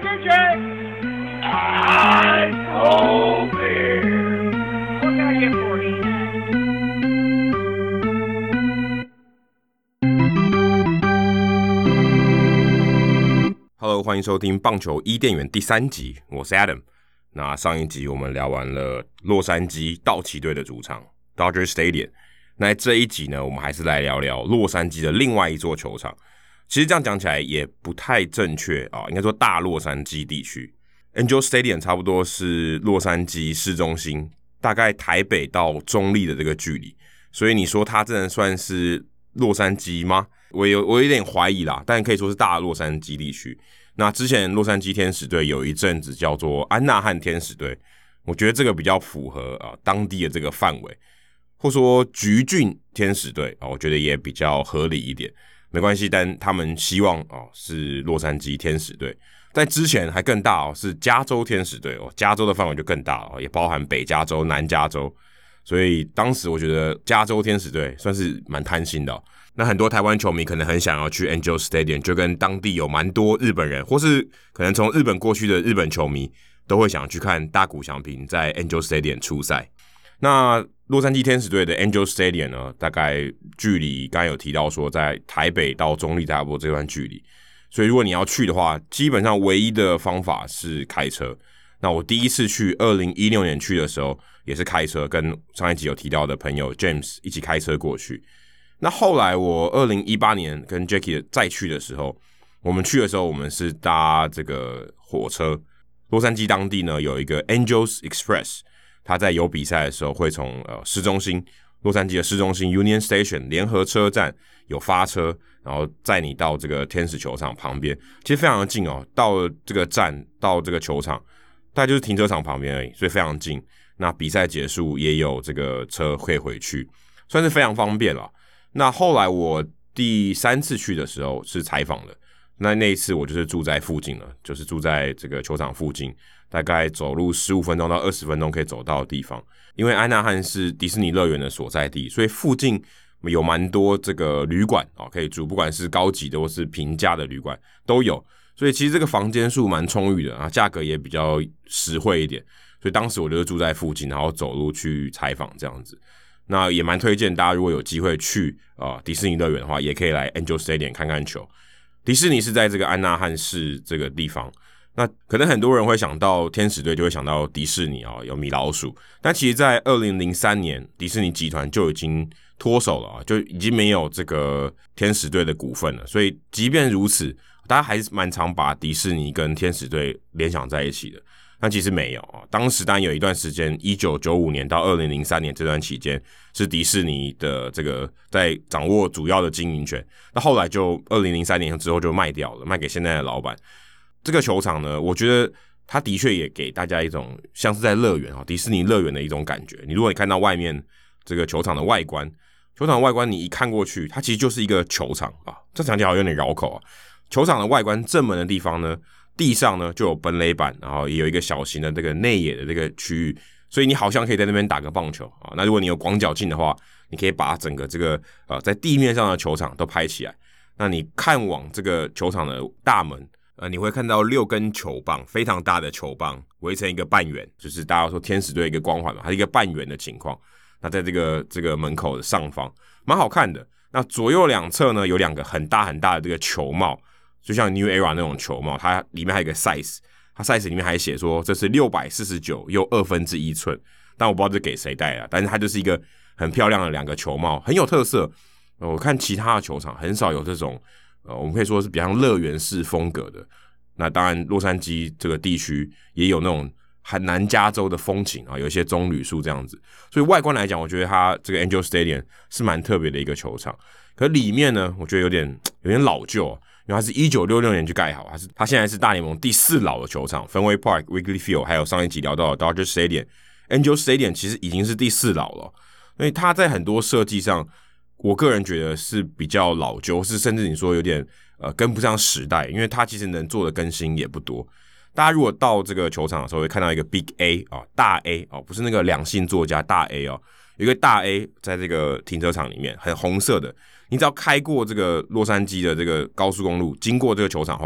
I told beer. What can I get for you? Hello， 欢迎收听棒球伊甸园第3集，我是 Adam。那上一集我们聊完了洛杉矶道奇队的主场 Dodger Stadium， 那这一集呢，我们还是来聊聊洛杉矶的另外一座球场。其实这样讲起来也不太正确啊，应该说大洛杉矶地区 Angel Stadium 差不多是洛杉矶市中心，大概台北到中立的这个距离，所以你说它真的算是洛杉矶吗？我有点怀疑啦，但可以说是大洛杉矶地区。那之前洛杉矶天使队有一阵子叫做安纳汉天使队，我觉得这个比较符合当地的这个范围，或说橘郡天使队我觉得也比较合理一点。没关系，但他们希望是洛杉矶天使队。在之前还更大是加州天使队加州的范围就更大了，也包含北加州、南加州。所以当时我觉得加州天使队算是蛮贪心的那很多台湾球迷可能很想要去 Angel Stadium， 就跟当地有蛮多日本人，或是可能从日本过去的日本球迷都会想去看大谷翔平在 Angel Stadium 出赛。那洛杉矶天使队的 Angel Stadium 呢，大概距离刚才有提到说在台北到中立差不多这段距离，所以如果你要去的话，基本上唯一的方法是开车。那我第一次去2016年去的时候也是开车，跟上一集有提到的朋友 James 一起开车过去。那后来我2018年跟 Jackie 再去的时候，我们去的时候我们是搭这个火车，洛杉矶当地呢有一个 Angels Express， 他在有比赛的时候会从市中心洛杉矶的市中心 Union Station 联合车站有发车，然后载你到这个天使球场旁边，其实非常的近到这个站到这个球场大概就是停车场旁边而已，所以非常近。那比赛结束也有这个车可以回去，算是非常方便了。那后来我第3次去的时候是采访的，那一次我就是住在附近了，就是住在这个球场附近，大概走路15分钟到20分钟可以走到的地方。因为安纳汉是迪士尼乐园的所在地，所以附近有蛮多这个旅馆可以住，不管是高级的或是平价的旅馆都有。所以其实这个房间数蛮充裕的价格也比较实惠一点，所以当时我就住在附近，然后走路去采访这样子。那也蛮推荐大家如果有机会去迪士尼乐园的话，也可以来 Angel Stadium 看看球。迪士尼是在这个安纳汉市这个地方，那可能很多人会想到天使队就会想到迪士尼有米老鼠，但其实在2003年迪士尼集团就已经脱手了就已经没有这个天使队的股份了。所以即便如此，大家还是蛮常把迪士尼跟天使队联想在一起的，但其实没有当时当然有一段时间1995年到2003年这段期间是迪士尼的这个在掌握主要的经营权，那后来就2003年之后就卖掉了，卖给现在的老板。这个球场呢，我觉得它的确也给大家一种像是在乐园迪士尼乐园的一种感觉。如果你看到外面这个球场的外观，你一看过去它其实就是一个球场这讲起来好像有点绕口球场的外观正门的地方呢，地上呢就有本垒板，然后也有一个小型的这个内野的这个区域，所以你好像可以在那边打个棒球那如果你有广角镜的话，你可以把整个这个在地面上的球场都拍起来。那你看往这个球场的大门你会看到6根球棒，非常大的球棒围成一个半圆，就是大家说天使队一个光环嘛，它是一个半圆的情况。那在这个门口的上方蛮好看的。那左右两侧呢有2个很大很大的这个球帽，就像 New Era 那种球帽，它里面还有一个 size， 它 size 里面还写说这是649又1/2寸，但我不知道这给谁戴但是它就是一个很漂亮的2个球帽，很有特色。我看其他的球场很少有这种我们可以说是比较乐园式风格的。那当然洛杉矶这个地区也有那种南加州的风情有一些棕榈树这样子，所以外观来讲我觉得它这个 Angel Stadium 是蛮特别的一个球场。可里面呢我觉得有点老旧因为它是1966年就盖好，它现在是大联盟第4老的球场， Fenway Park、Wrigley Field 还有上一集聊到的 Dodger Stadium。 Angel Stadium 其实已经是第4老了，所以它在很多设计上我个人觉得是比较老旧，是甚至你说有点跟不上时代，因为它其实能做的更新也不多。大家如果到这个球场的时候会看到一个 Big A 大 A 不是那个两性作家大 A 有一个大 A 在这个停车场里面，很红色的。你只要开过这个洛杉矶的这个高速公路，经过这个球场的话，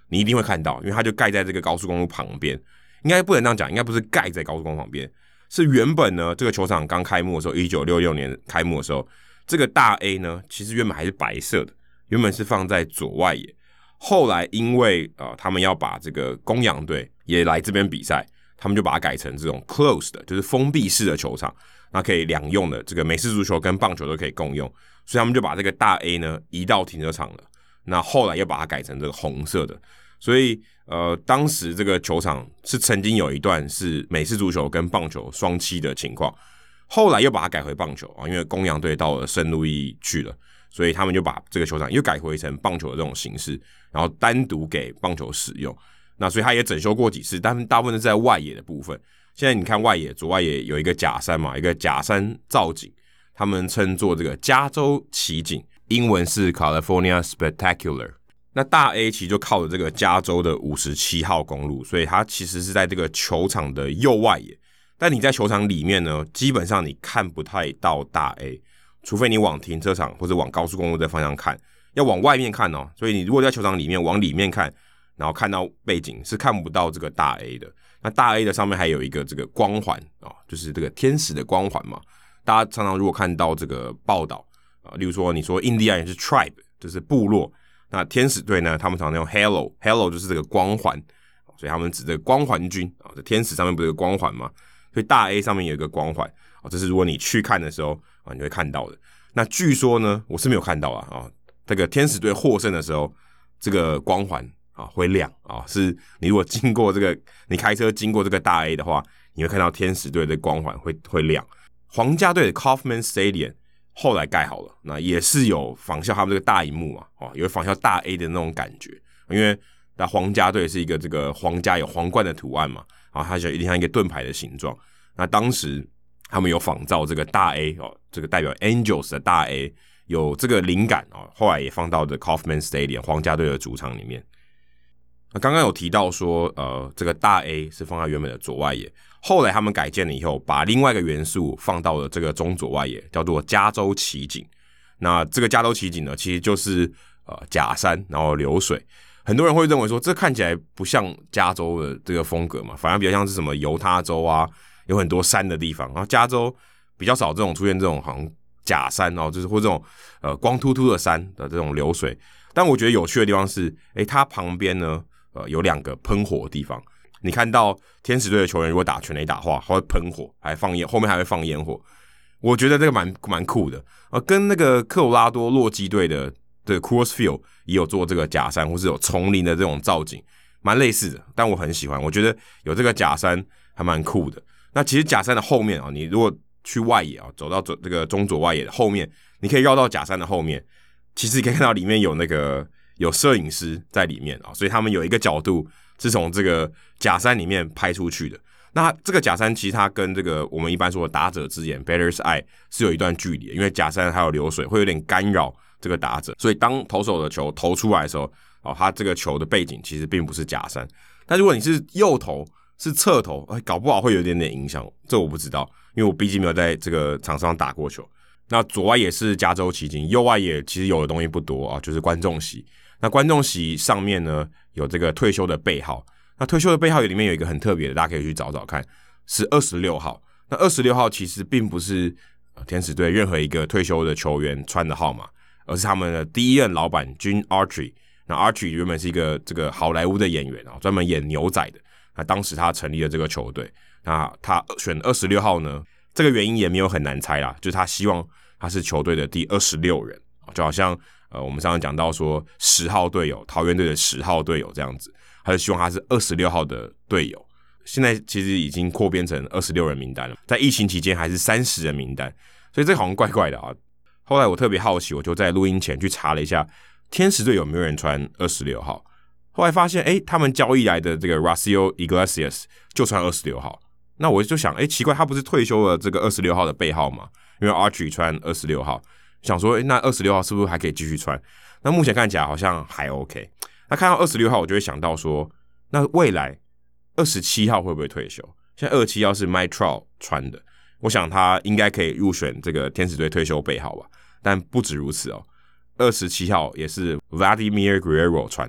你一定会看到，因为它就盖在这个高速公路旁边。应该不能这样讲，应该不是盖在高速公路旁边，是原本呢这个球场刚开幕的时候，1966年开幕的时候，这个大 A 呢其实原本还是白色的，原本是放在左外野。后来因为他们要把这个公羊队也来这边比赛，他们就把它改成这种 closed 的，就是封闭式的球场，那可以两用的，这个美式足球跟棒球都可以共用，所以他们就把这个大 A 呢移到停车场了。那后来又把它改成这个红色的，所以当时这个球场是曾经有一段是美式足球跟棒球双栖的情况，后来又把它改回棒球啊，因为公羊队到了圣路易去了，所以他们就把这个球场又改回成棒球的这种形式，然后单独给棒球使用。那所以他也整修过几次，但大部分是在外野的部分。现在你看外野左外野有一个假山嘛，一个假山造景，他们称作这个加州奇景，英文是 California Spectacular。那大 A 其实就靠着这个加州的57号公路，所以它其实是在这个球场的右外野。但你在球场里面呢，基本上你看不太到大 A， 除非你往停车场或者往高速公路的方向看，要往外面看哦。所以你如果在球场里面往里面看，然后看到背景是看不到这个大 A 的。那大 A 的上面还有一个这个光环就是这个天使的光环嘛。大家常常如果看到这个报道例如说你说印第安人是 tribe， 就是部落，那天使队呢，他们常常用 halo 就是这个光环，所以他们指这个光环军这天使上面不是有个光环吗？所以大 A 上面有一个光环这是如果你去看的时候你会看到的。那据说呢，我是没有看到这个天使队获胜的时候，这个光环会亮是你如果经过这个，你开车经过这个大 A 的话，你会看到天使队的光环会亮。皇家队的 Kauffman Stadium 后来盖好了，那也是有仿效他们这个大萤幕嘛有仿效大 A 的那种感觉，因为那皇家队是一个这个皇家有皇冠的图案嘛它就有点像一个盾牌的形状。那当时他们有仿照这个大 A 这个代表 Angels 的大 A 有这个灵感后来也放到的 Kauffman Stadium 皇家队的主场里面。那刚刚有提到说这个大 A 是放在原本的左外野，后来他们改建了以后，把另外一个元素放到了这个中左外野，叫做加州奇景。那这个加州奇景呢，其实就是假山然后流水。很多人会认为说这看起来不像加州的这个风格嘛，反而比较像是什么犹他州啊，有很多山的地方，然后加州比较少这种出现这种好像假山就是或这种光秃秃的山的这种流水。但我觉得有趣的地方是它旁边呢有两个喷火的地方。你看到天使队的球员如果打全垒打的话，他会喷火，还放烟，后面还会放烟火。我觉得这个蛮酷的跟那个科罗拉多洛基队的Coors Field 也有做这个假山或是有丛林的这种造景，蛮类似的，但我很喜欢，我觉得有这个假山还蛮酷的。那其实假山的后面你如果去外野走到这个中左外野的后面，你可以绕到假山的后面，其实你可以看到里面有摄影师在里面所以他们有一个角度是从这个假山里面拍出去的。那这个假山其实它跟这个我们一般说的打者之眼 Batter's Eye 是有一段距离的，因为假山还有流水会有点干扰这个打者，所以当投手的球投出来的时候他这个球的背景其实并不是假山。但如果你是右投是侧投搞不好会有一点点影响，这我不知道，因为我毕竟没有在这个场上打过球。那左外野是加州奇景，右外野其实有的东西不多就是观众席。那观众席上面呢有这个退休的背号，那退休的背号里面有一个很特别的，大家可以去找找看，是26号。那26号其实并不是天使队任何一个退休的球员穿的号码，而是他们的第一任老板 Gene Autry。那 Autry 原本是一个这个好莱坞的演员专门演牛仔的。那当时他成立了这个球队，那他选26号呢，这个原因也没有很难猜啦，就是他希望他是球队的第26人，就好像我们上次讲到说10号队友，桃园队的10号队友这样子，他就希望他是26号的队友。现在其实已经扩编成26人名单了，在疫情期间还是30人名单，所以这好像怪怪的后来我特别好奇，我就在录音前去查了一下天使队有没有人穿26号，后来发现他们交易来的这个 Raisel Iglesias 就穿26号。那我就想奇怪，他不是退休了这个26号的背号吗？因为 Archie 穿26号，想说那26号是不是还可以继续穿？那目前看起来好像还 OK。那看到26号我就会想到说，那未来27号会不会退休？现在27号是 Mike Trout 穿的，我想他应该可以入选这个天使队退休背号吧。但不止如此27号也是 Vladimir Guerrero 穿的。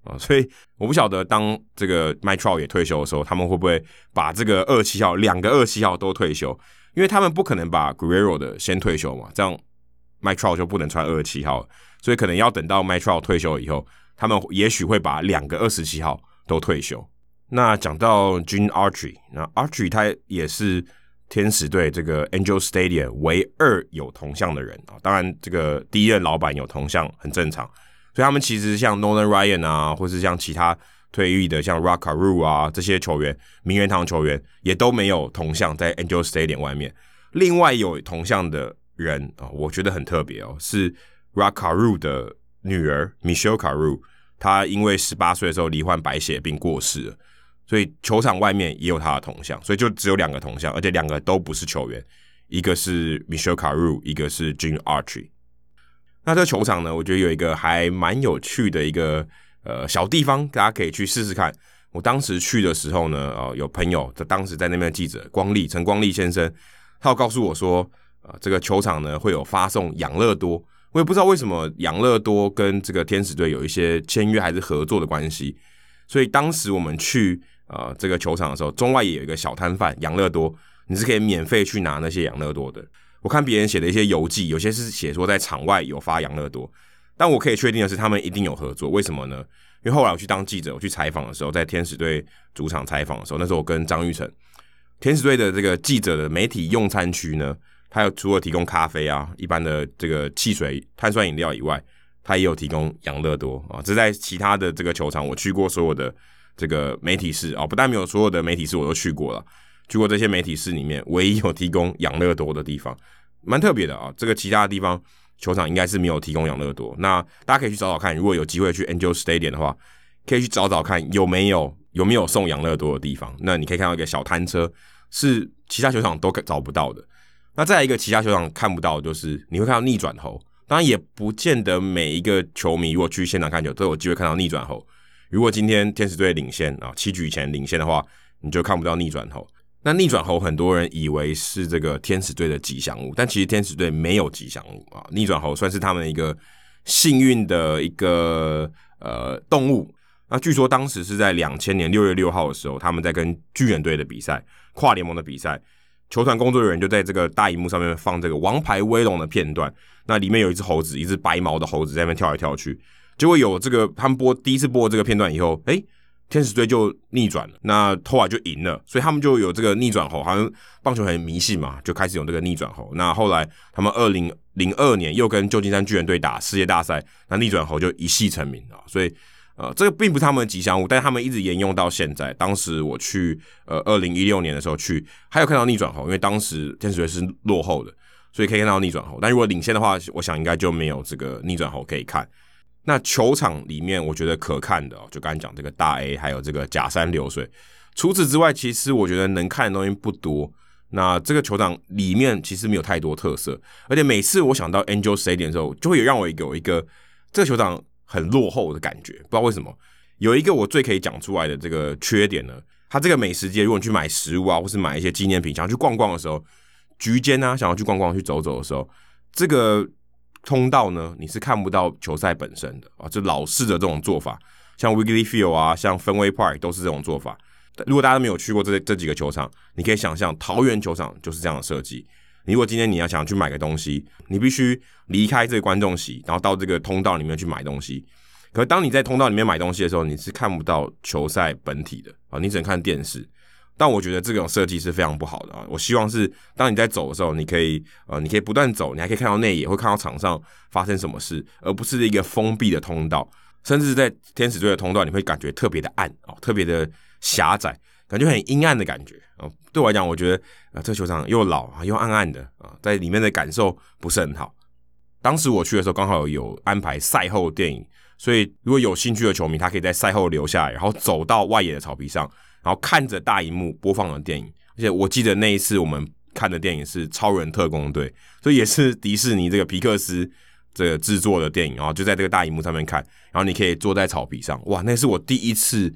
所以我不晓得当这个 Mike Trout 也退休的时候，他们会不会把这个27号2个27号都退休？因为他们不可能把 Guerrero 的先退休嘛，这样 Mike Trout 就不能穿27号了，所以可能要等到 Mike Trout 退休以后，他们也许会把2个27号都退休。那讲到 Gene Autry， 那 Autry 他也是天使队这个 Angel Stadium 唯2有铜像的人啊，当然这个第一任老板有铜像很正常，所以他们其实像 Nolan Ryan 啊，或是像其他退役的像 Rod Carew 啊这些球员，名人堂球员也都没有铜像在 Angel Stadium 外面。另外有铜像的人啊，我觉得很特别哦，是 Rod Carew 的女儿 Michelle Carew， 她因为18岁的时候罹患白血病过世了。所以球场外面也有他的铜像，所以就只有2个铜像，而且2个都不是球员，一个是 Michelle Carew， 一个是 Gene Autry。那这个球场呢，我觉得有一个还蛮有趣的一个小地方，大家可以去试试看。我当时去的时候呢，有朋友当时在那边的记者陈光利先生，他有告诉我说，这个球场呢会有发送养乐多，我也不知道为什么养乐多跟这个天使队有一些签约还是合作的关系，所以当时我们去这个球场的时候，中外也有一个小摊贩养乐多，你是可以免费去拿那些养乐多的。我看别人写的一些游记，有些是写说在场外有发养乐多，但我可以确定的是他们一定有合作。为什么呢？因为后来我去当记者，我去采访的时候，在天使队主场采访的时候，那时候我跟张玉成，天使队的这个记者的媒体用餐区呢，他有除了提供咖啡啊、一般的这个汽水、碳酸饮料以外，他也有提供养乐多啊。这在其他的这个球场我去过所有的这个媒体室不但没有所有的媒体室我都去过了，去过这些媒体室里面唯一有提供养乐多的地方，蛮特别的啊。这个其他的地方球场应该是没有提供养乐多，那大家可以去找找看，如果有机会去 Angel Stadium 的话，可以去找找看有没有送养乐多的地方。那你可以看到一个小摊车，是其他球场都找不到的。那再来一个其他球场看不到的，就是你会看到逆转猴。当然也不见得每一个球迷如果去现场看球都有机会看到逆转猴。如果今天天使队领先7局以前领先的话，你就看不到逆转猴。那逆转猴很多人以为是这个天使队的吉祥物，但其实天使队没有吉祥物逆转猴算是他们一个幸运的一个动物。那据说当时是在2000年6月6号的时候，他们在跟巨人队的比赛，跨联盟的比赛，球团工作人员就在这个大荧幕上面放这个王牌威龙的片段，那里面有一只猴子，一只白毛的猴子在那边跳来跳去。结果有这个他们第一次播这个片段以后，天使队就逆转了，那后来就赢了，所以他们就有这个逆转猴，好像棒球很迷信嘛，就开始有这个逆转猴。那后来他们2002年又跟旧金山巨人队打世界大赛，那逆转猴就一夕成名所以这个并不是他们的吉祥物，但是他们一直沿用到现在。当时我去2016年的时候去，还有看到逆转猴，因为当时天使队是落后的，所以可以看到逆转猴。但如果领先的话，我想应该就没有这个逆转猴可以看。那球场里面我觉得可看的就刚才讲这个大 A 还有这个假山流水，除此之外其实我觉得能看的东西不多。那这个球场里面其实没有太多特色，而且每次我想到 Angel Stadium 的时候，就会让我有一个这个球场很落后的感觉，不知道为什么。有一个我最可以讲出来的这个缺点呢，它这个美食街如果你去买食物或是买一些纪念品，想要去逛逛的时候，局间想要去逛逛去走走的时候，这个通道呢，你是看不到球赛本身的这老式的这种做法，像 Wrigley Field 像 Fenway Park 都是这种做法。如果大家都没有去过这几个球场，你可以想象桃园球场就是这样的设计。你如果今天你要想去买个东西，你必须离开这个观众席，然后到这个通道里面去买东西。可是当你在通道里面买东西的时候，你是看不到球赛本体的你只能看电视。但我觉得这种设计是非常不好的我希望是当你在走的时候，你可以不断走，你还可以看到内野，会看到场上发生什么事，而不是一个封闭的通道。甚至在天使队的通道，你会感觉特别的暗特别的狭窄，感觉很阴暗的感觉对我来讲，我觉得这个球场又老又暗暗的在里面的感受不是很好。当时我去的时候刚好有安排赛后电影，所以如果有兴趣的球迷，他可以在赛后留下来，然后走到外野的草皮上，然后看着大荧幕播放的电影。而且我记得那一次我们看的电影是超人特工队，所以也是迪士尼这个皮克斯这个制作的电影，然后就在这个大荧幕上面看，然后你可以坐在草皮上。哇，那是我第一次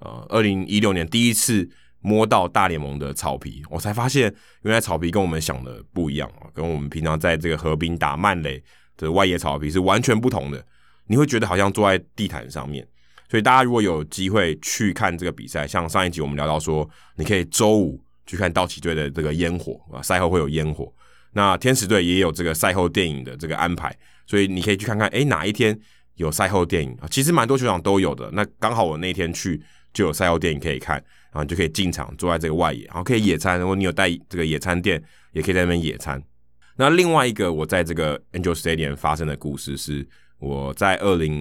2016年第一次摸到大联盟的草皮，我才发现原来草皮跟我们想的不一样跟我们平常在这个河滨打慢垒的外野草皮是完全不同的。你会觉得好像坐在地毯上面。 所以大家如果有机会去看这个比赛，像上一集我们聊到说，你可以周五去看道奇队的这个烟火啊，赛后会有烟火。那天使队也有这个赛后电影的这个安排，所以你可以去看看，哪一天有赛后电影啊？其实蛮多球场都有的。那刚好我那天去就有赛后电影可以看，然后你就可以进场坐在这个外野，然后可以野餐。如果你有带这个野餐垫，也可以在那边野餐。那另外一个我在这个 Angel Stadium 发生的故事是，我在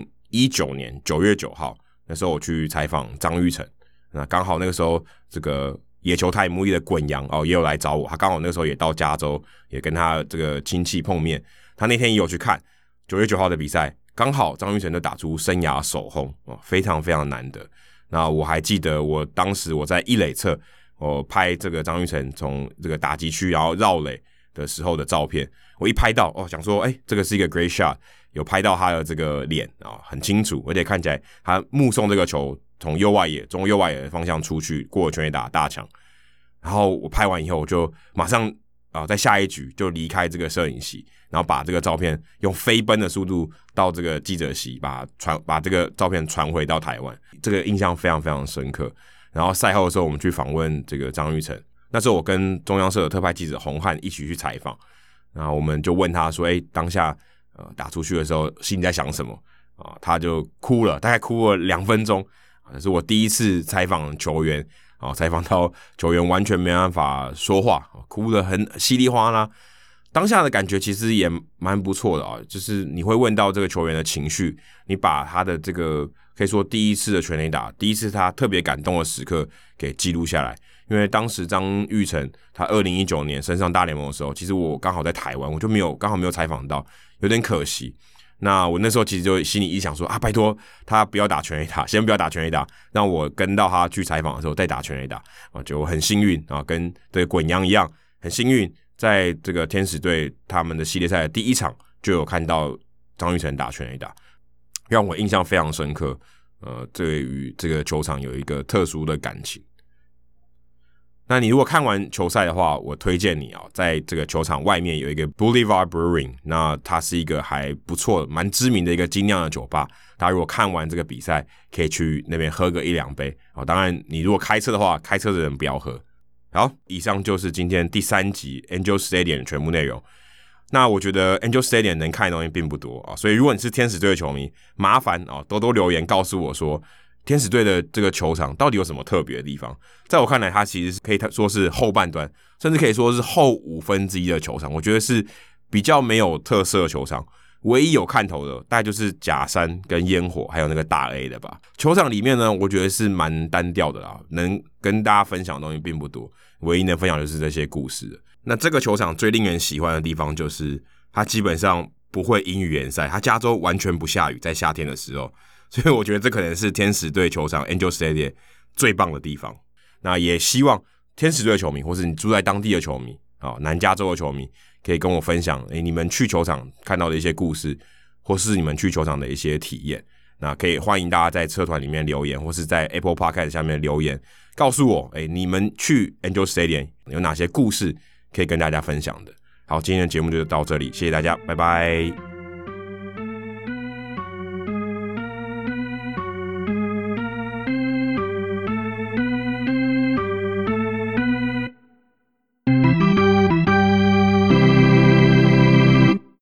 2019年9月9号那时候我去采访张育成，那刚好那个时候这个野球台母裔的滚阳也有来找我，他刚好那个时候也到加州，也跟他这个亲戚碰面，他那天也有去看9月9号的比赛，刚好张育成就打出生涯首轰，非常非常难得。那我还记得我当时我在一垒侧，我拍这个张育成从这个打击区然后绕垒的时候的照片，我一拍到想说这个是一个 great shot， 有拍到他的这个脸很清楚，而且看起来他目送这个球从右外野中右外野的方向出去，过了全垒打大墙。然后我拍完以后，我就马上在下一局就离开这个摄影席，然后把这个照片用飞奔的速度到这个记者席，把这个照片传回到台湾，这个印象非常非常深刻。然后赛后的时候，我们去访问这个张育成，那时候我跟中央社的特派记者洪汉一起去采访，然后我们就问他说：“当下打出去的时候心里在想什么？”他就哭了，大概哭了2分钟。这是我第一次采访球员，采访到球员完全没办法说话，哭得很稀里哗啦。当下的感觉其实也蛮不错的就是你会问到这个球员的情绪，你把他的这个可以说第一次的全垒打，第一次他特别感动的时刻给记录下来。因为当时张育成他2019年升上大联盟的时候，其实我刚好在台湾，我就刚好没有采访到，有点可惜。那我那时候其实就心里一想说拜托他不要打全垒打，先不要打全垒打，让我跟到他去采访的时候再打全垒打就很幸运跟这个滚阳一样，很幸运在这个天使队他们的系列赛的第一场就有看到张育成打全垒打，让我印象非常深刻。对于这个球场有一个特殊的感情。那你如果看完球赛的话，我推荐你在这个球场外面有一个 Boulevard Brewing， 那它是一个还不错蛮知名的一个精酿的酒吧，大家如果看完这个比赛可以去那边喝个1-2杯当然你如果开车的话，开车的人不要喝。好，以上就是今天第3集 Angel Stadium 的全部内容。那我觉得 Angel Stadium 能看的东西并不多所以如果你是天使队的球迷，麻烦多多留言告诉我说天使队的这个球场到底有什么特别的地方。在我看来，它其实可以说是后半段，甚至可以说是后1/5的球场，我觉得是比较没有特色的球场。唯一有看头的大概就是假山跟烟火还有那个大 A 的吧。球场里面呢，我觉得是蛮单调的啦，能跟大家分享的东西并不多，唯一能分享就是这些故事。那这个球场最令人喜欢的地方就是它基本上不会阴雨连赛，它加州完全不下雨，在夏天的时候，所以我觉得这可能是天使队球场 Angel Stadium 最棒的地方。那也希望天使队的球迷或是你住在当地的球迷南加州的球迷可以跟我分享你们去球场看到的一些故事，或是你们去球场的一些体验。那可以欢迎大家在社团里面留言，或是在 Apple Podcast 下面留言告诉我你们去 Angel Stadium 有哪些故事可以跟大家分享的。好，今天的节目就到这里，谢谢大家，拜拜。